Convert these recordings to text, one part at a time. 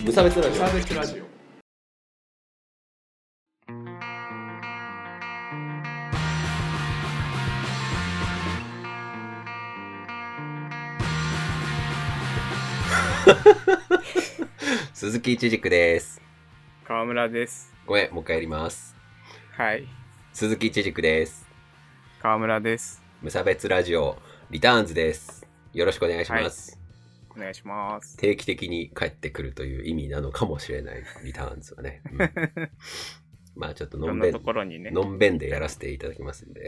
無差別ラジオ。 無差別ラジオ。 鈴木一軸です。 川村です。 ごめん、もう一回やります。 はい。 鈴木一軸です。 川村です。 無差別ラジオリターンズです。よろしくお願いします。 はい、お願いします。 定期的に帰ってくるという意味なのかもしれないリターンズはね。うん、まあちょっとのんべん、 ところにね、 のんべんでやらせていただきますんで。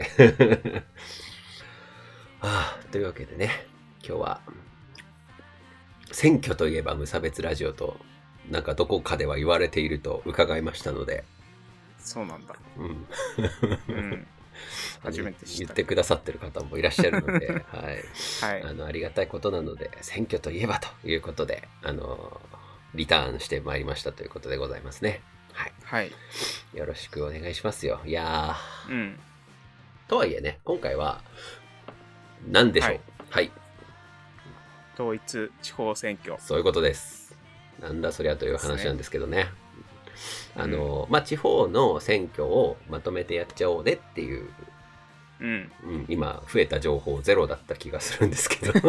というわけでね、今日は選挙といえば無差別ラジオとなんかどこかでは言われていると伺いましたので。 そうなんだ。 うん。 うん初めて知った。 言ってくださってる方もいらっしゃるので、はい、 はい、 ありがたいことなので、選挙といえばということで、リターンしてまいりましたということでございますね。はい。 はい、 よろしくお願いしますよ。いやー、うん。 とはいえね、今回は何でしょう。はい。 統一地方選挙。 そういうことです。なんだそりゃという話なんですけどね。地方の選挙をまとめてやっちゃおうねっていう。今増えた情報ゼロだった気がするんですけど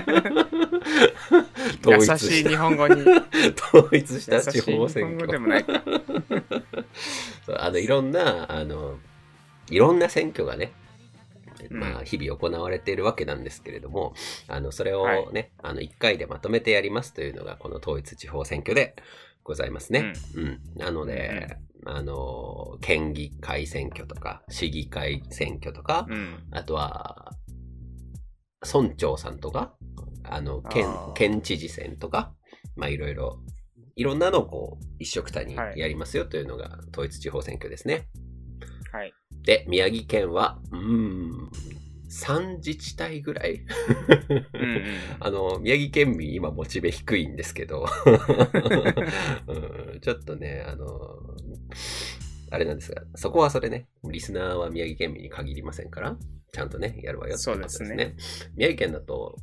優しい日本語に統一した地方選挙でもないかいろんな選挙がね、日々行われているわけなんですけれども、それをね、1回でまとめてやりますというのがこの統一地方選挙でございますね。なので、県議会選挙とか市議会選挙とか、あとは村長さんとか県知事選とか、いろんなのをこう一緒くたにやりますよというのが統一地方選挙ですね。 はい。 で、宮城県は3自治体ぐらい宮城県民今モチベ低いんですけどちょっとねあれなんですが、そこはそれね、リスナーは宮城県民に限りませんからちゃんとねやるわよってことですね。 そうですね。 宮城県だと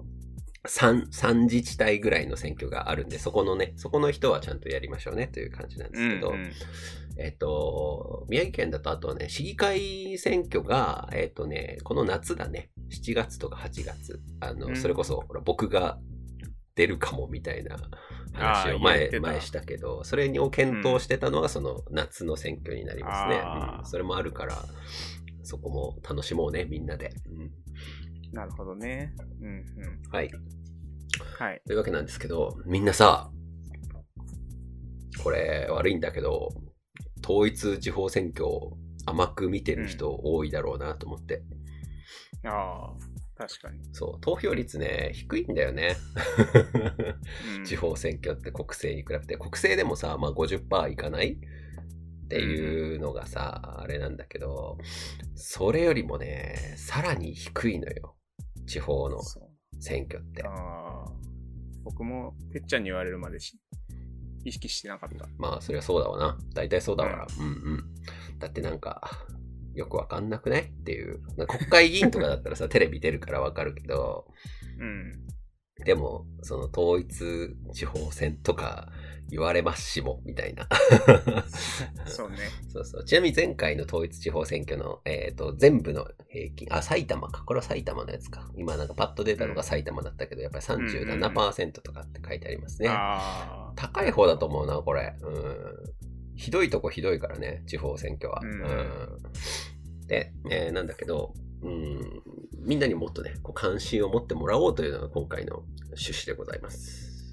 3自治体ぐらいの選挙があるんで、そこの人はちゃんとやりましょうねという感じなんですけど、宮城県だとあとはね、市議会選挙が、この夏だね、7月とか8月、それこそ僕が出るかもみたいな話を前したけど、それを検討してたのがその夏の選挙になりますね。それもあるから、そこも楽しもうね、みんなで。 なるほどね。 はい。 はい。 というわけなんですけど、みんなさ、これ悪いんだけど、統一地方選挙を甘く見てる人多いだろうなと思って。 確かに。 そう、投票率ね、低いんだよね。地方選挙って国政に比べて。国政でもさ、50% いかないっていうのがさ、あれなんだけど、それよりもね、さらに低いのよ。地方の選挙って。 僕もてっちゃんに言われるまで意識してなかった。 まあそりゃそうだわな。大体そうだわ。だってなんかよくわかんなくないっていう。国会議員とかだったらさテレビ出るからわかるけど、でもその統一地方選とか言われますしもみたいな。 そうね。 そう。ちなみに前回の統一地方選挙の全部の平均、埼玉か、これは埼玉のやつか。今なんかパッと出たのが埼玉だったけど、やっぱり 37% とかって書いてありますね。高い方だと思うな、これ。ひどいとこひどいからね、地方選挙は。で、なんだけど、みんなにもっとね、こう関心を持ってもらおうというのが今回の趣旨でございます。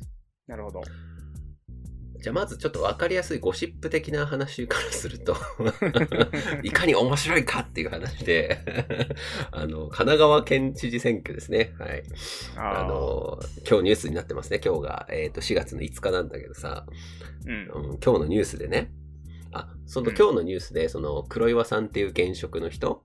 なるほど。 じゃあまずちょっと分かりやすいゴシップ的な話からするといかに面白いかっていう話で神奈川県知事選挙ですね。はい。今日ニュースになってますね。今日が、4月の5日なんだけどさ、今日のニュースでね、今日のニュースでその黒岩さんっていう現職の人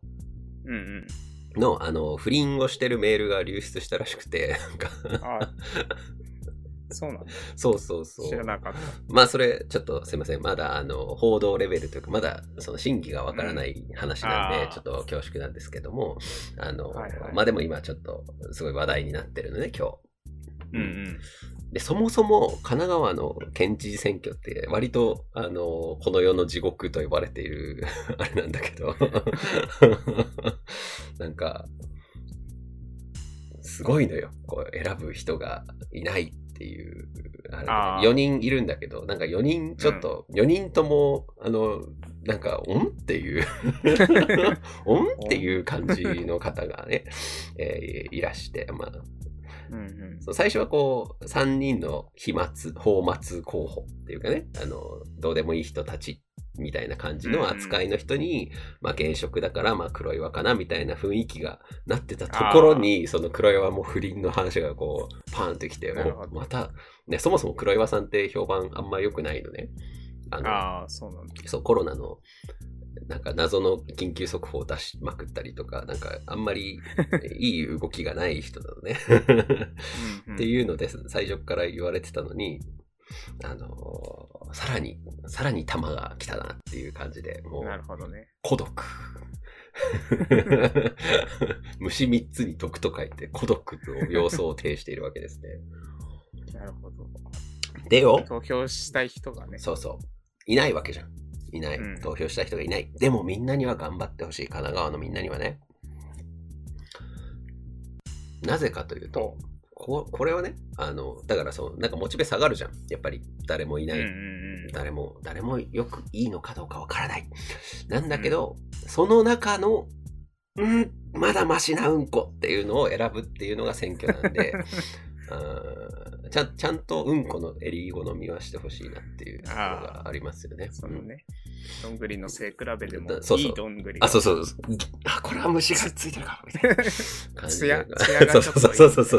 の不倫をしてるメールが流出したらしくて、なんかそうなんだ。 そう知らなかった。 まあそれちょっとすいません、まだ報道レベルというかまだその真偽がわからない話なんで、ちょっと恐縮なんですけども、まあでも今ちょっとすごい話題になってるのね今日。 うんうん。 で、そもそも神奈川の県知事選挙って割と、この世の地獄と呼ばれているあれなんだけどなんか、すごいのよ。こう選ぶ人がいないっていう。あれ4人いるんだけど、なんか4人ちょっと、4人とも、なんか、っていうおんっていう感じの方がね、いらして、まあ、そう最初はこう、3人の泡沫候補っていうかね、どうでもいい人たちみたいな感じの扱いの人に、まあ現職だからまあ黒岩かなみたいな雰囲気がなってたところに、その黒岩も不倫の話がこうパーンときて、また、ね、そもそも黒岩さんって評判あんま良くないのね。 そうなんだ。 そう、コロナのなんか謎の緊急速報を出しまくったりとか、なんかあんまりいい動きがない人なのねっていうので最初から言われてたのに、さらに玉が来たなっていう感じで、もう、 なるほどね。 孤独。虫3つに毒と書いて孤独と様相を呈しているわけですね。 なるほど。 でよ。 投票したい人がね。 そうそう。いないわけじゃん。いない。投票した人がいない。でもみんなには頑張ってほしい。神奈川のみんなにはね。なぜかというと、これはね、だからそう、なんかモチベ下がるじゃん。やっぱり誰もいない。誰もよくいいのかどうかわからない。なんだけど、その中の、まだマシなうんこっていうのを選ぶっていうのが選挙なんで、ちゃんとうんこの襟好みはしてほしいなっていうところがありますよね。 そのね、どんぐりの背比べでもいいどんぐり。 そう。これは虫がついてるかみたいな感じで。 艶がちょっとそう。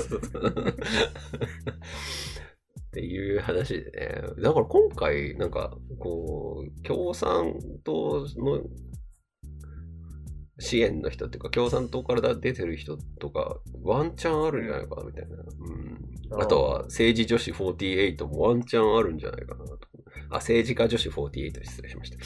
っていう話でね。だから今回、なんか、こう、共産党の支援の人っていうか、共産党から出てる人とか、ワンチャンあるんじゃないかな、みたいな。あとは、政治女子48もワンチャンあるんじゃないかなと。政治家女子48失礼しました。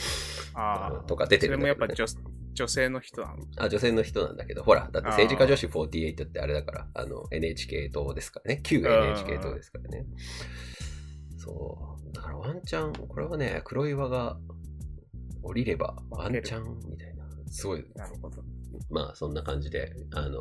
とか出てるんだけど、ね。 それもやっぱ女性の人なの？ 女性の人なんだけど、ほら、だって政治家女子48ってあれだから、NHK 党ですからね。旧 NHK 党ですからね。そう。だからワンチャン、これはね、黒岩が降りればワンチャンみたいな。すごい。 なるほど。 まあ、そんな感じで、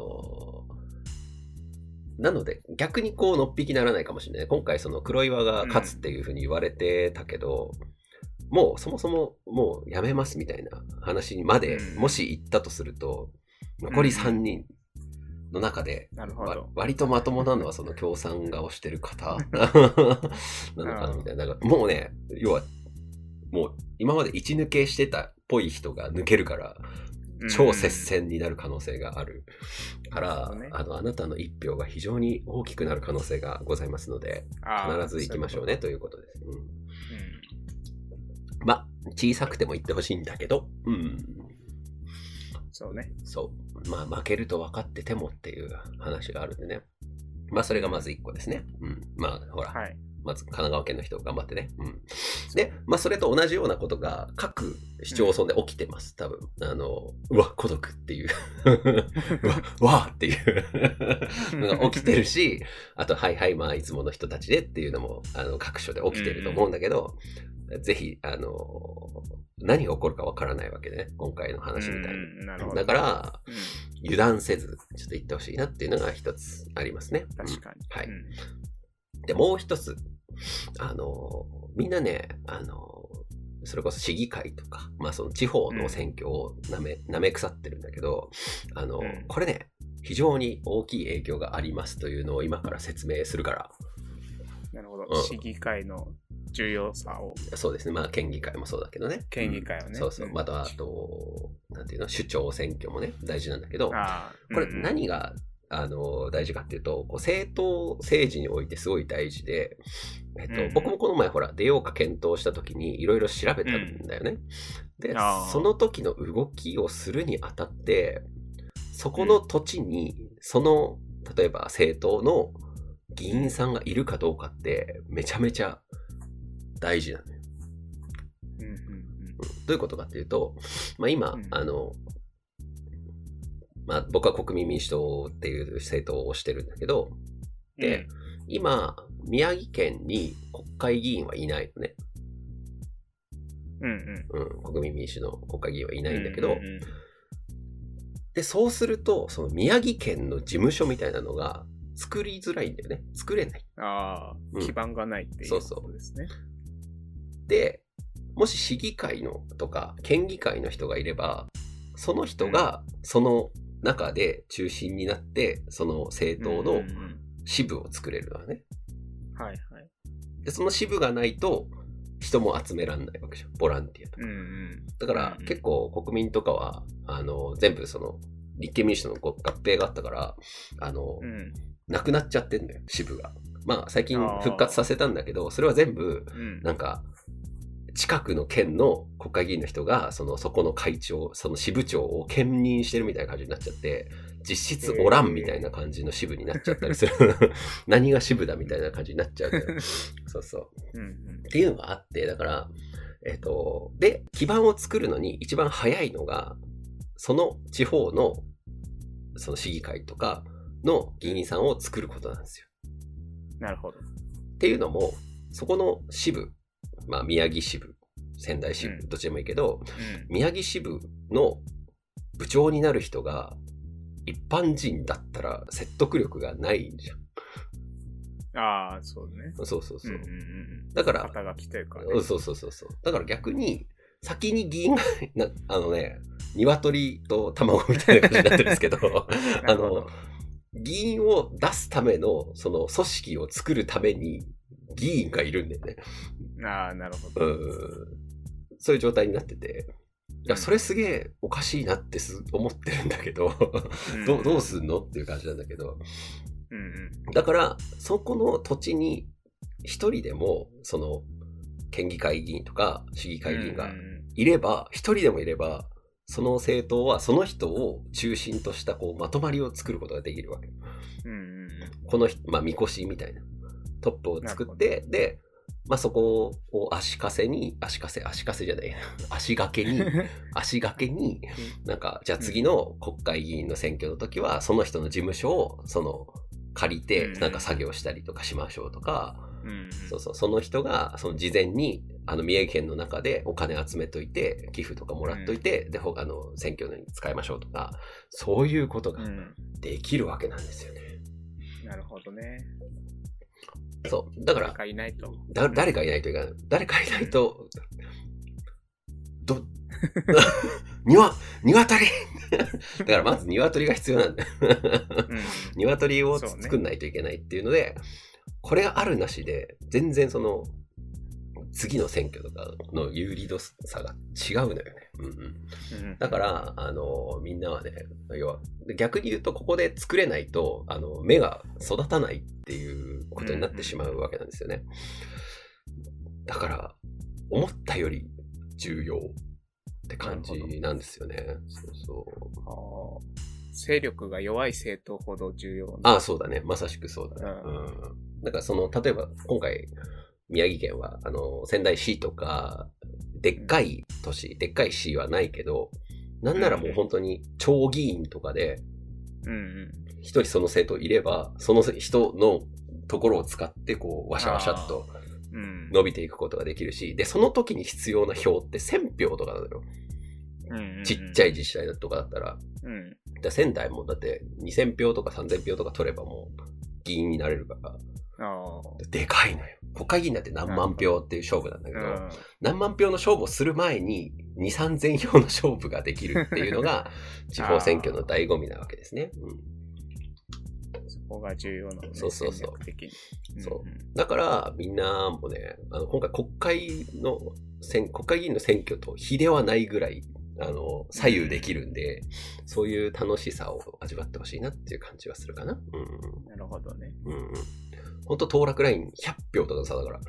なので、逆にこう、のっぴきならないかもしれない。今回、その黒岩が勝つっていうふうに言われてたけど、もう、そもそも、もうやめますみたいな話にまで、もし行ったとすると、残り3人の中で、割とまともなのはその共産が推してる方なのかなみたいな。もうね、要は、もう今まで一抜けしてたっぽい人が抜けるから、超接戦になる可能性があるから、あなたの一票が非常に大きくなる可能性がございますので、必ず行きましょうねということです。まあ、小さくても行ってほしいんだけど、 そうね。 そう。まあ、負けると分かっててもっていう話があるんでね。まあ、それがまず1個ですね。まあ、ほら。まず神奈川県の人頑張ってね。で、まあそれと同じようなことが各市町村で起きてます、多分。うわ、孤独っていう。うわっていうのが起きてるし、あと、まあいつもの人たちでっていうのも、各所で起きてると思うんだけど、ぜひ、何が起こるかわからないわけでね、今回の話みたいに。だから、油断せず、ちょっと言ってほしいなっていうのが一つありますね。 確かに。 はい。で、もう一つ、みんなね、それこそ市議会とか、まあその地方の選挙を舐め腐ってるんだけど、これね、非常に大きい影響がありますというのを今から説明するから。 なるほど。市議会の重要さを。 そうですね。まあ県議会もそうだけどね。 県議会はね。 そうそう。またあと、なんていうの、首長選挙もね、大事なんだけど、これ何が大事かっていうと、政治においてすごい大事で、僕もこの前ほら、出ようか検討した時にいろいろ調べたんだよね。で、その時の動きをするにあたって、そこの土地に、例えば政党の議員さんがいるかどうかって、めちゃめちゃ大事なのよ。どういうことかっていうと、まあ今、まあ、僕は国民民主党っていう政党を推してるんだけど、で、 今、宮城県に国会議員はいないのね。国民民主の国会議員はいないんだけど、で、そうすると、その宮城県の事務所みたいなのが作りづらいんだよね。作れない。 基盤がないっていうことですね。 で、もし市議会のとか県議会の人がいれば、その人がその中で中心になって、その政党の支部を作れるのはね。で、その支部がないと人も集めらんないわけじゃん。ボランティアとか。だから結構国民とかは全部その立憲民主との合併があったからなくなっちゃってんだよ、支部が。まあ最近復活させたんだけど、それは全部なんか近くの県の国会議員の人がそこの会長、その支部長を兼任してるみたいな感じになっちゃって、実質おらんみたいな感じの支部になっちゃったりする。何が支部だみたいな感じになっちゃう。そうそう。っていうのがあって、だからで基盤を作るのに一番早いのがその地方のその市議会とかの議員さんを作ることなんですよ。 なるほど。 っていうのもそこの支部、まあ宮城支部、仙台支部、どっちでもいいけど、宮城支部の部長になる人が一般人だったら説得力がないじゃん。 そうね。 そう。だから肩書きというか、 そう。だから逆に先に議員が鶏と卵みたいな感じになってるんですけど、議員を出すためのその組織を作るために議員がいるんだよね。 なるほど。 そういう状態になってて、いやそれすげえおかしいなって思ってるんだけど、どうすんのっていう感じなんだけど、だからそこの土地に一人でもその県議会議員とか市議会議員がいれば、一人でもいればその政党はその人を中心としたまとまりを作ることができるわけ。このみこしみたいなトップを作って、で、そこを足掛けになんかじゃあ次の国会議員の選挙の時はその人の事務所を借りてなんか作業したりとかしましょうとか、その人がその事前に宮城県の中でお金集めといて寄付とかもらっといて、で選挙に使いましょうとか、そういうことができるわけなんですよね。 なるほどね。 そうだから誰かいないと誰かいないと鶏だからまず鶏が必要なんだよ。鶏を作んないといけないっていうので、これがあるなしで全然その次の選挙とかの有利度差が違うのよね。だからみんなはね、要は逆に言うとここで作れないと芽が育たないっていうことになってしまうわけなんですよね。だから思ったより重要って感じなんですよね。 勢力が弱い政党ほど重要な。そうだね、まさしくそうだね。だから例えば今回宮城県は仙台市とかでっかい都市、でっかい市はないけど、なんならもう本当に町議員とかで一人その政党いれば、その人のところを使ってワシャワシャっと伸びていくことができるし、でその時に必要な票って1000票とかなのよ。ちっちゃい自治体とかだったら、仙台もだって2000票とか3000票とか取ればもう議員になれるから、でかいのよ。国会議員だって何万票っていう勝負なんだけど、何万票の勝負をする前に2、3000票の勝負ができるっていうのが地方選挙の醍醐味なわけですね。 そこが重要なのね。 そう。だからみんなもね、今回国会議員の選挙と比ではないぐらい左右できるんで、そういう楽しさを味わってほしいなっていう感じはするかな。 なるほどね。 本当当落ライン100票とかの差だから。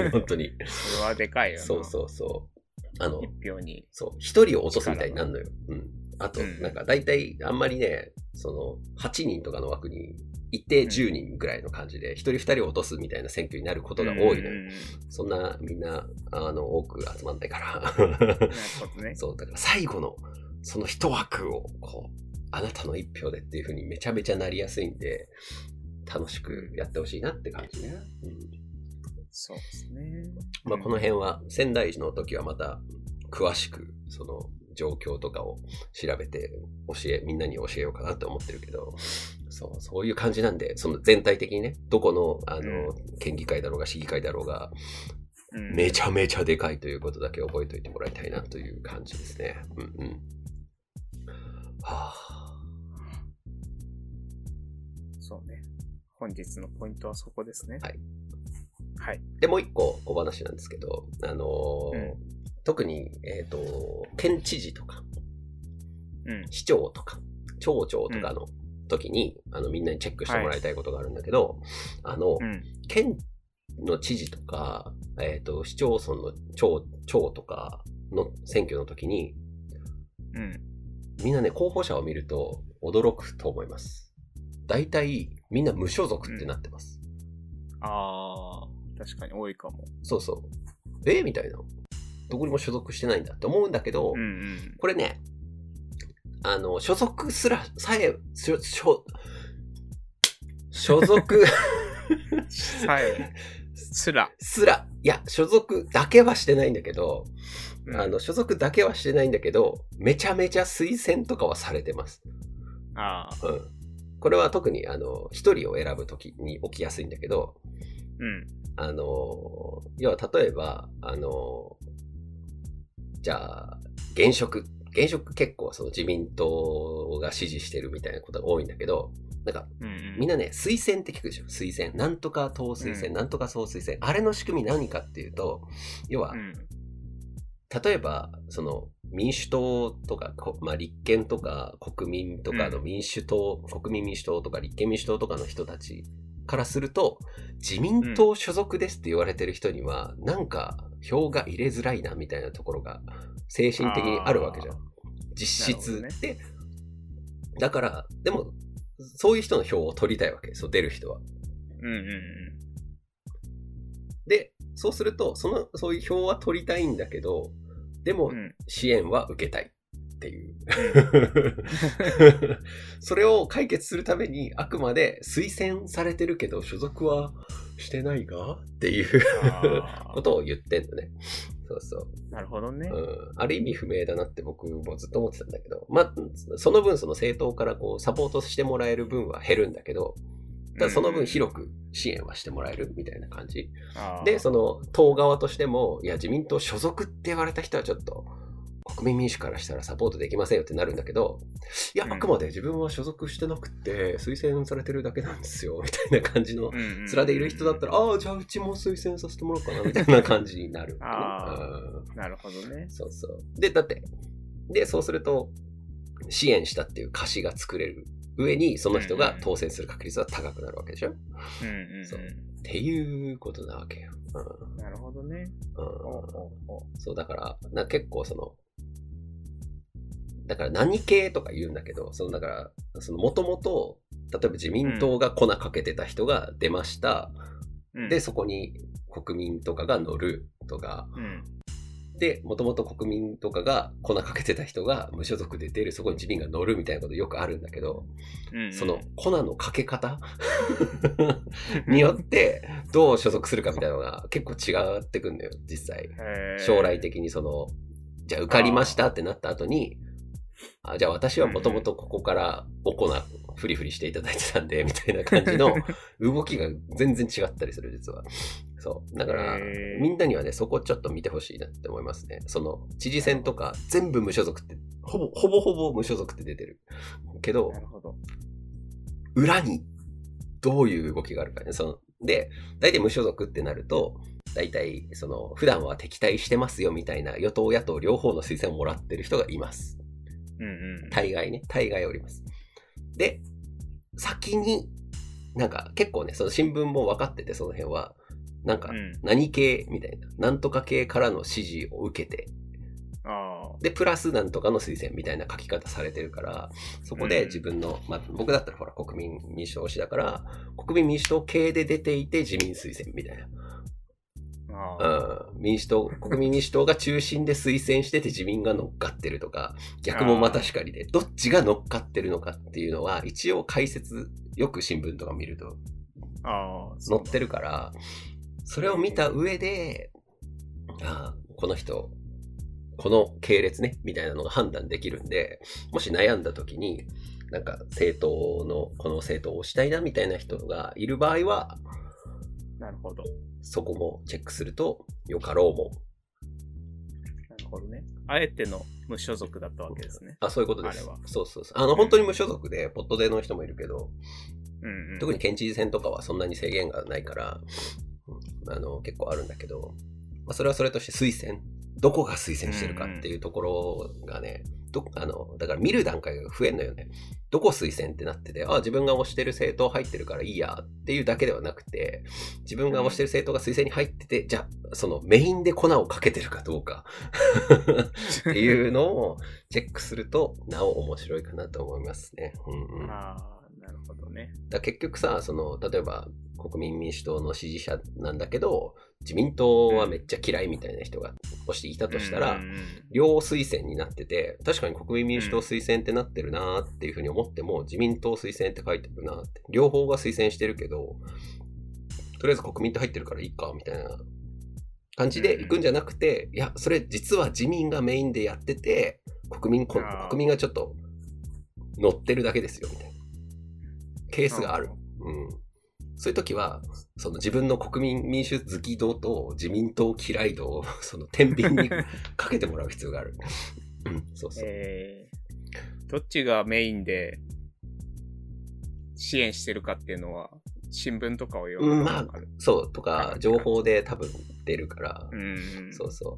本当に。 それはでかいよな。 そう。 1票に。 そう。1人を落とすみたいになるのよ。あと、なんか大体あんまりね、8人とかの枠に一定10人ぐらいの感じで、1人2人を落とすみたいな選挙になることが多いのよ。そんなみんな多く集まんないから。 なるほどね。 そう、だから最後のその一枠をあなたの1票でっていう風にめちゃめちゃなりやすいんで、 楽しくやってほしいなって感じね。 そうですね。 まあこの辺は仙台の時はまた詳しくその状況とかを調べてみんなに教えようかなと思ってるけど、そういう感じなんで、その全体的にね、どこの県議会だろうが市議会だろうが、めちゃめちゃでかいということだけ覚えておいてもらいたいなという感じですね。 そうね。本日のポイントはそこですね。はい。 で、もう一個小話なんですけど、特に、県知事とか、市長とか、町長とかの時に、みんなにチェックしてもらいたいことがあるんだけど、県の知事とか、市町村の町とかの選挙の時に、みんなね、候補者を見ると驚くと思います。大体、みんな無所属ってなってます。 確かに多いかも。 そうそう。みたいな。どこにも所属してないんだって思うんだけど、これね、所属すら、所属いや、所属だけはしてないんだけど、所属だけはしてないんだけど、めちゃめちゃ推薦とかはされてます。これは特に一人を選ぶときに起きやすいんだけど、要は例えばじゃあ現職結構その自民党が支持してるみたいなことが多いんだけど、なんか、みんなね推薦って聞くでしょ。推薦なんとか党推薦、なんとか総推薦、あれの仕組み何かっていうと、要は、例えばその民主党とか、立憲とか国民とかの民主党、国民民主党とか立憲民主党とかの人たちからすると、自民党所属ですって言われてる人には、なんか票が入れづらいなみたいなところが精神的にあるわけじゃん。実質で、だからでもそういう人の票を取りたいわけ。そう出る人は。で、そうするとそういう票は取りたいんだけど、でも支援は受けたいっていうそれを解決するために、あくまで推薦されてるけど所属はしてないがっていうことを言ってんのね。そうそう。 なるほどね。 ある意味不明だなって僕もずっと思ってたんだけど、まあその分その政党からこうサポートしてもらえる分は減るんだけど、ただその分広く支援はしてもらえるみたいな感じで、その党側としても、いや自民党所属って言われた人はちょっと国民民主からしたらサポートできませんよってなるんだけど、いやあくまで自分は所属してなくて推薦されてるだけなんですよみたいな感じの面でいる人だったら、じゃあうちも推薦させてもらおうかなみたいな感じになる。 なるほどね。 そうそう。でだってそうすると支援したっていう貸しが作れる上に、その人が当選する確率は高くなるわけでしょ。そうっていうことなわけよ。 なるほどね。 そうだから結構だから何系とか言うんだけど、だからもともと例えば自民党が粉かけてた人が出ました。でそこに国民とかが乗るとか。で、もともと国民とかが粉かけてた人が無所属で出る、そこに自民が乗るみたいなことよくあるんだけど、その粉のかけ方によってどう所属するかみたいなのが結構違ってくんだよ、実際。将来的にじゃあ受かりましたってなった後に、じゃあ私はもともとここからお粉フリフリしていただいてたんでみたいな感じの動きが全然違ったりする、実は。そうだからみんなにはね、そこちょっと見てほしいなって思いますね。その知事選とか全部無所属ってほぼ無所属って出てるけど、裏にどういう動きがあるかね。で大体無所属ってなると、大体普段は敵対してますよみたいな与党野党両方の推薦をもらってる人がいます。大概おります。で先になんか結構ね、その新聞も分かってて、その辺はなんか何系みたいな、なんとか系からの支持を受けて、でプラスなんとかの推薦みたいな書き方されてるから、そこで自分の、僕だったらほら国民民主党推しだから、国民民主党系で出ていて自民推薦みたいな。国民民主党が中心で推薦してて自民が乗っかってるとか、逆もまたしかりで、どっちが乗っかってるのかっていうのは一応解説、よく新聞とか見ると載ってるから、それを見た上で、この人、この系列ね、みたいなのが判断できるんで、もし悩んだ時に、なんかこの政党を押したいなみたいな人がいる場合は、 なるほど。 そこもチェックするとよかろうも。 なるほどね。あえての無所属だったわけですね。 そういうことです。そうそうそう。本当に無所属で、ポットでの人もいるけど、特に県知事選とかはそんなに制限がないから、結構あるんだけど、それはそれとして推薦。どこが推薦してるかっていうところがね、だから見る段階が増えんのよね。どこ推薦ってなってて、自分が推してる政党入ってるからいいやっていうだけではなくて、自分が推してる政党が推薦に入ってて、じゃあそのメインで粉をかけてるかどうかっていうのをチェックするとなお面白いかなと思いますね。 なるほどね。 だ結局さ、例えば国民民主党の支持者なんだけど、自民党はめっちゃ嫌いみたいな人がもしいたとしたら、両推薦になってて、確かに国民民主党推薦ってなってるなーっていうふうに思っても、自民党推薦って書いてあるなーって、両方が推薦してるけど、とりあえず国民って入ってるからいいかみたいな感じで行くんじゃなくて、いや、それ実は自民がメインでやってて、国民がちょっと乗ってるだけですよみたいなケースがある。そういう時は、その自分の国民民主好き度と自民党嫌い度をその天秤にかけてもらう必要がある。そうそう。 どっちがメインで支援してるかっていうのは新聞とかを読むと分かる。 そうとか情報で多分出るから、そうそう。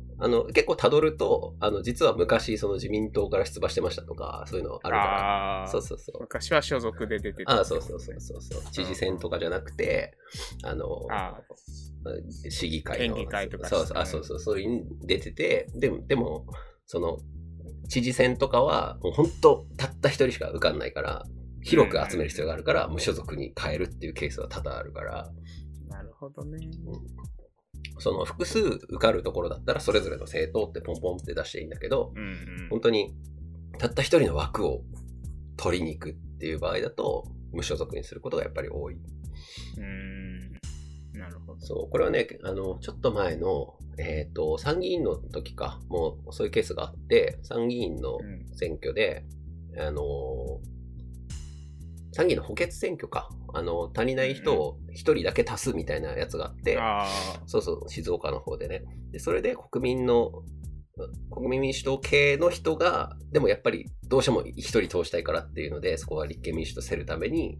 結構たどると実は昔その自民党から出馬してましたとかそういうのあるから、そうそうそう。 昔は所属で出てた。 そう知事選とかじゃなくて市議会の県議会とか、 そういうに出てて、でもその知事選とかはもう本当たった一人しか受かんないから。広く集める必要があるから、無所属に変えるっていうケースは多々あるから。 なるほどね。 その複数受かるところだったら、それぞれの政党ってポンポンって出していいんだけど、本当にたった一人の枠を取りに行くっていう場合だと、無所属にすることがやっぱり多い。 なるほど。 そう、これはね、ちょっと前の、参議院の時か、もうそういうケースがあって、参議院の選挙で、参議院の補欠選挙か。足りない人を一人だけ足すみたいなやつがあって、そうそう、静岡の方でね。で、それで国民民主党系の人が、でもやっぱりどうしても一人通したいからっていうので、そこは立憲民主と競るために、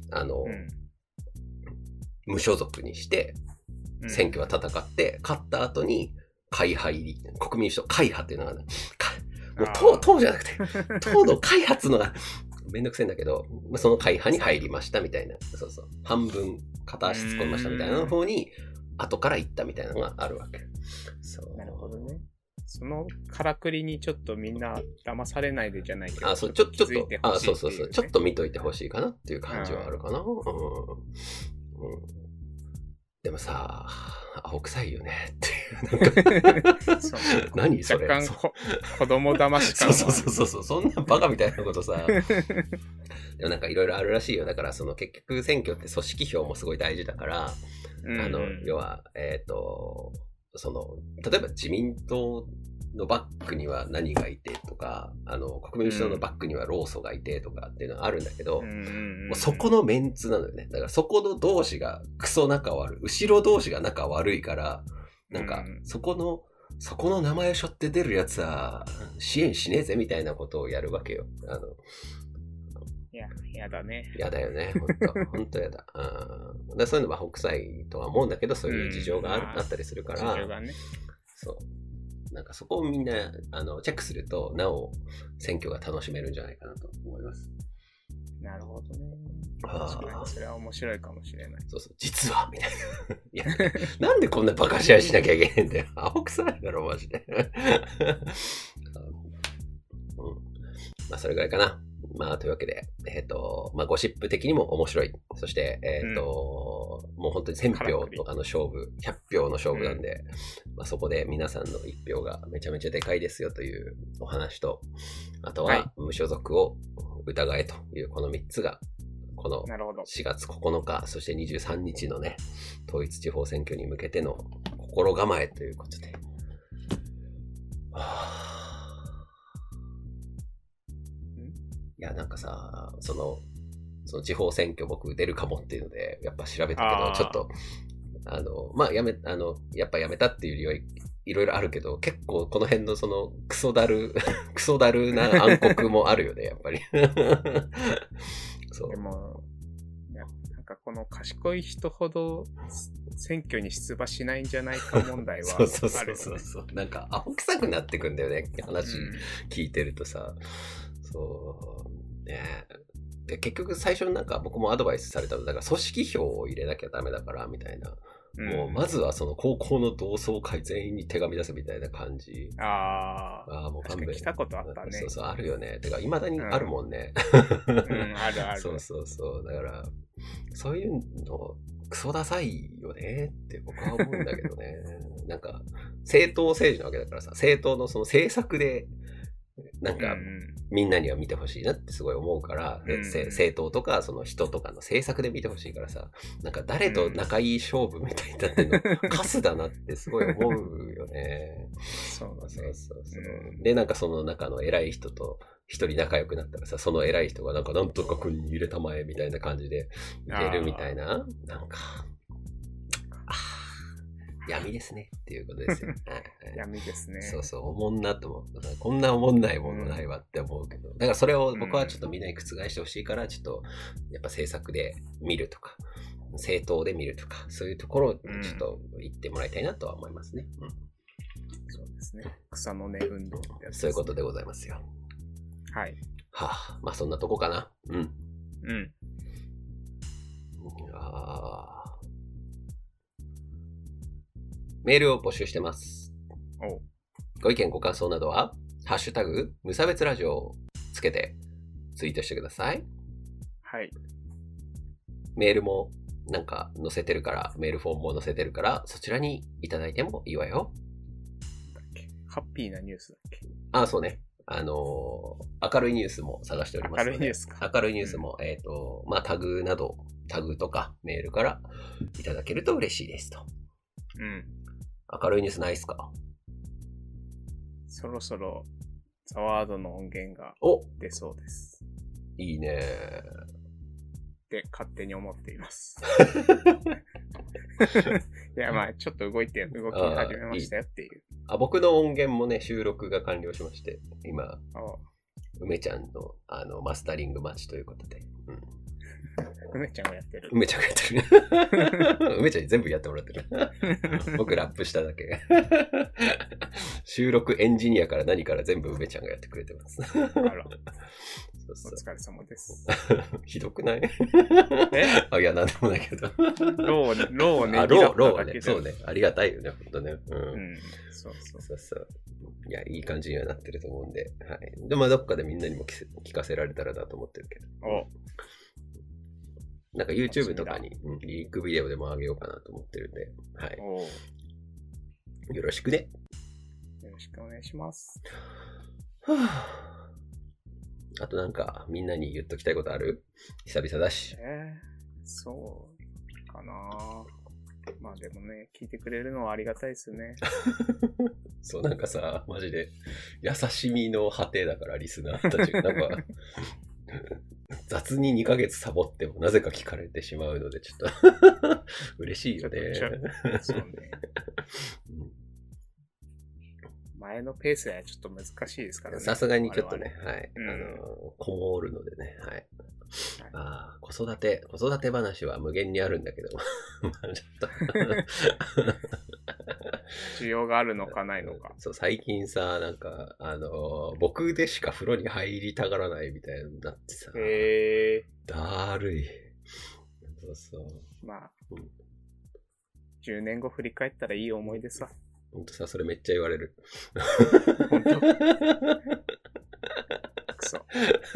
無所属にして、選挙は戦って、勝った後に、会派入り、国民民主党会派っていうのが、もう党じゃなくて、党の会派っていうのが、めんどくせえんだけど、その会派に入りましたみたいな、そうそう、半分片足突っ込みましたみたいな方に後から行ったみたいなのがあるわけ。 そう。なるほどね。そのからくりにちょっとみんな騙されないでじゃないけど、 ちょっと、ちょっと見といてほしいかなっていう感じはあるかな。でもさ、アホ臭いよねっていう。何それ。 若干子供騙し感。 そう。そんなバカみたいなことさ。でもなんかいろいろあるらしいよ。だからその結局選挙って組織票もすごい大事だから、要は、例えば自民党のバックには何がいてとか、国民民主党のバックには労組がいてとかっていうのはあるんだけど、もうそこのメンツなのよね。だからそこの同士がクソ仲悪い。後ろ同士が仲悪いから、なんかそこの名前を背負って出るやつは支援しねえぜみたいなことをやるわけよ。 やだね。 やだよね。本当やだ。だそういうのは北斎とは思うんだけど、そういう事情があったりするから。 事情がね。 そう。なんかそこをみんなチェックするとなお選挙が楽しめるんじゃないかなと思います。 なるほどね。確かにそれは面白いかもしれない。 そう実はみたいな。いやなんでこんなバカ試合しなきゃいけへんだよ。アホ臭いだろマジで。それぐらいかな。というわけでゴシップ的にも面白い。そしてもう本当に1000票と勝負、100票の勝負なんで、そこで皆さんの1票がめちゃめちゃでかいですよというお話と、あとは無所属を疑えというこの3つがこのなるほど。 4月9日、そして23日のね、統一地方選挙に向けての心構えということで。いや、なんかさ、その地方選挙僕出るかもっていうので、やっぱ調べたけど、ちょっと、まあ、やっぱやめたっていう理由はいろいろあるけど、結構この辺のそのクソだるな暗黒もあるよね、やっぱり。 そう。でも、なんかこの賢い人ほど選挙に出馬しないんじゃないか問題はあるよね。 そう。なんかアホ臭くなってくんだよね、話聞いてるとさ。そうね。で結局最初になんか僕もアドバイスされたのだから組織票を入れなきゃダメだからみたいな、もうまずはその高校の同窓会全員に手紙出すみたいな感じ。 もう確かに来たことあったね。 そうあるよね。てか未だにあるもんね。 ある。 そうだからそういうのクソダサいよねって僕は思うんだけどね。なんか政党政治なわけだからさ、政党のその政策でなんかみんなには見てほしいなってすごい思うから、政党とかその人とかの政策で見てほしいからさ、なんか誰と仲いい勝負みたいになってるのカスだなってすごい思うよね。そう。でなんかその中の偉い人と一人仲良くなったらさ、その偉い人がなんとか君に入れたまえみたいな感じで入れるみたいな、なんか闇ですねっていうことですよ。 闇ですね。 そう、おもんなと思う。こんなおもんないものないわって思うけど、だからそれを僕はちょっとみんなに覆してほしいから、ちょっとやっぱ政策で見るとか、政党で見るとか、そういうところをちょっと言ってもらいたいなとは思いますね。 そうですね。草の根運動ってやつですね。 そういうことでございますよ。 はい。 まあそんなとこかな。メールを募集してます。ご意見ご感想などはハッシュタグ無差別ラジオをつけてツイートしてください。 はい。 メールもなんか載せてるから、メールフォームも載せてるから、そちらにいただいてもいいわよ。 ハッピーなニュースだっけ？ そうね。明るいニュースも探しておりますので。 明るいニュースか。 明るいニュースも、まあタグとかメールからいただけると嬉しいですと。明るいニュースないっすか？ そろそろザワードの音源が出そうです。 いいねって勝手に思っています。いやまあちょっと動き始めましたよっていう。 僕の音源もね収録が完了しまして、今梅ちゃんのマスタリング待ちということで。 梅ちゃんがやってる。 梅ちゃんがやってる。梅ちゃんに全部やってもらってる。僕ラップしただけ。収録エンジニアから何から全部梅ちゃんがやってくれてます。 あら。お疲れ様です。 ひどくない？いや、なんでもないけど。 ローをね。 ローはね。そうね。ありがたいよね、ほんとね。 そう。 いや、いい感じにはなってると思うんで。はい。でも、どっかでみんなにも聞かせられたらなと思ってるけど。なんか YouTube とかにリンクビデオでも上げようかなと思ってるんで。はい。よろしくね。 よろしくお願いします。 あとなんかみんなに言っときたいことある？久々だし。 そうかな。まあでもね、聞いてくれるのはありがたいですよね。 そうなんかさ、マジで優しみの果てだからリスナーたちがなんか雑に2ヶ月サボってもなぜか聞かれてしまうのでちょっと嬉しいよね。 そうね。前のペースはちょっと難しいですからね。 さすがにちょっとね、はい。こもるのでね、はい。子育て話は無限にあるんだけど、 需要があるのかないのか。 そう、最近さ、なんか、僕でしか風呂に入りたがらないみたいになってさ、だるい。そう。 まあ、10年後振り返ったらいい思い出さ。 ほんとさ、それめっちゃ言われる。 ほんとくそ。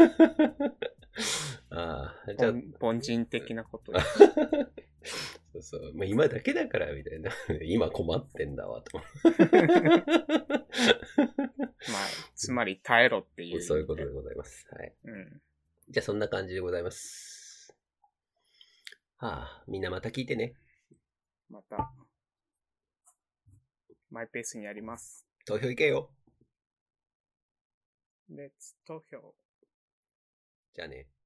じゃあ凡人的なことそう、まあ、今だけだからみたいな。今困ってんだわと。 まあつまり耐えろっていう、 そういうことでございます。はい。じゃあそんな感じでございます。 はあ、みんなまた聞いてね。 また、マイペースにやります。 投票行けよ。 レッツ投票。 じゃあね。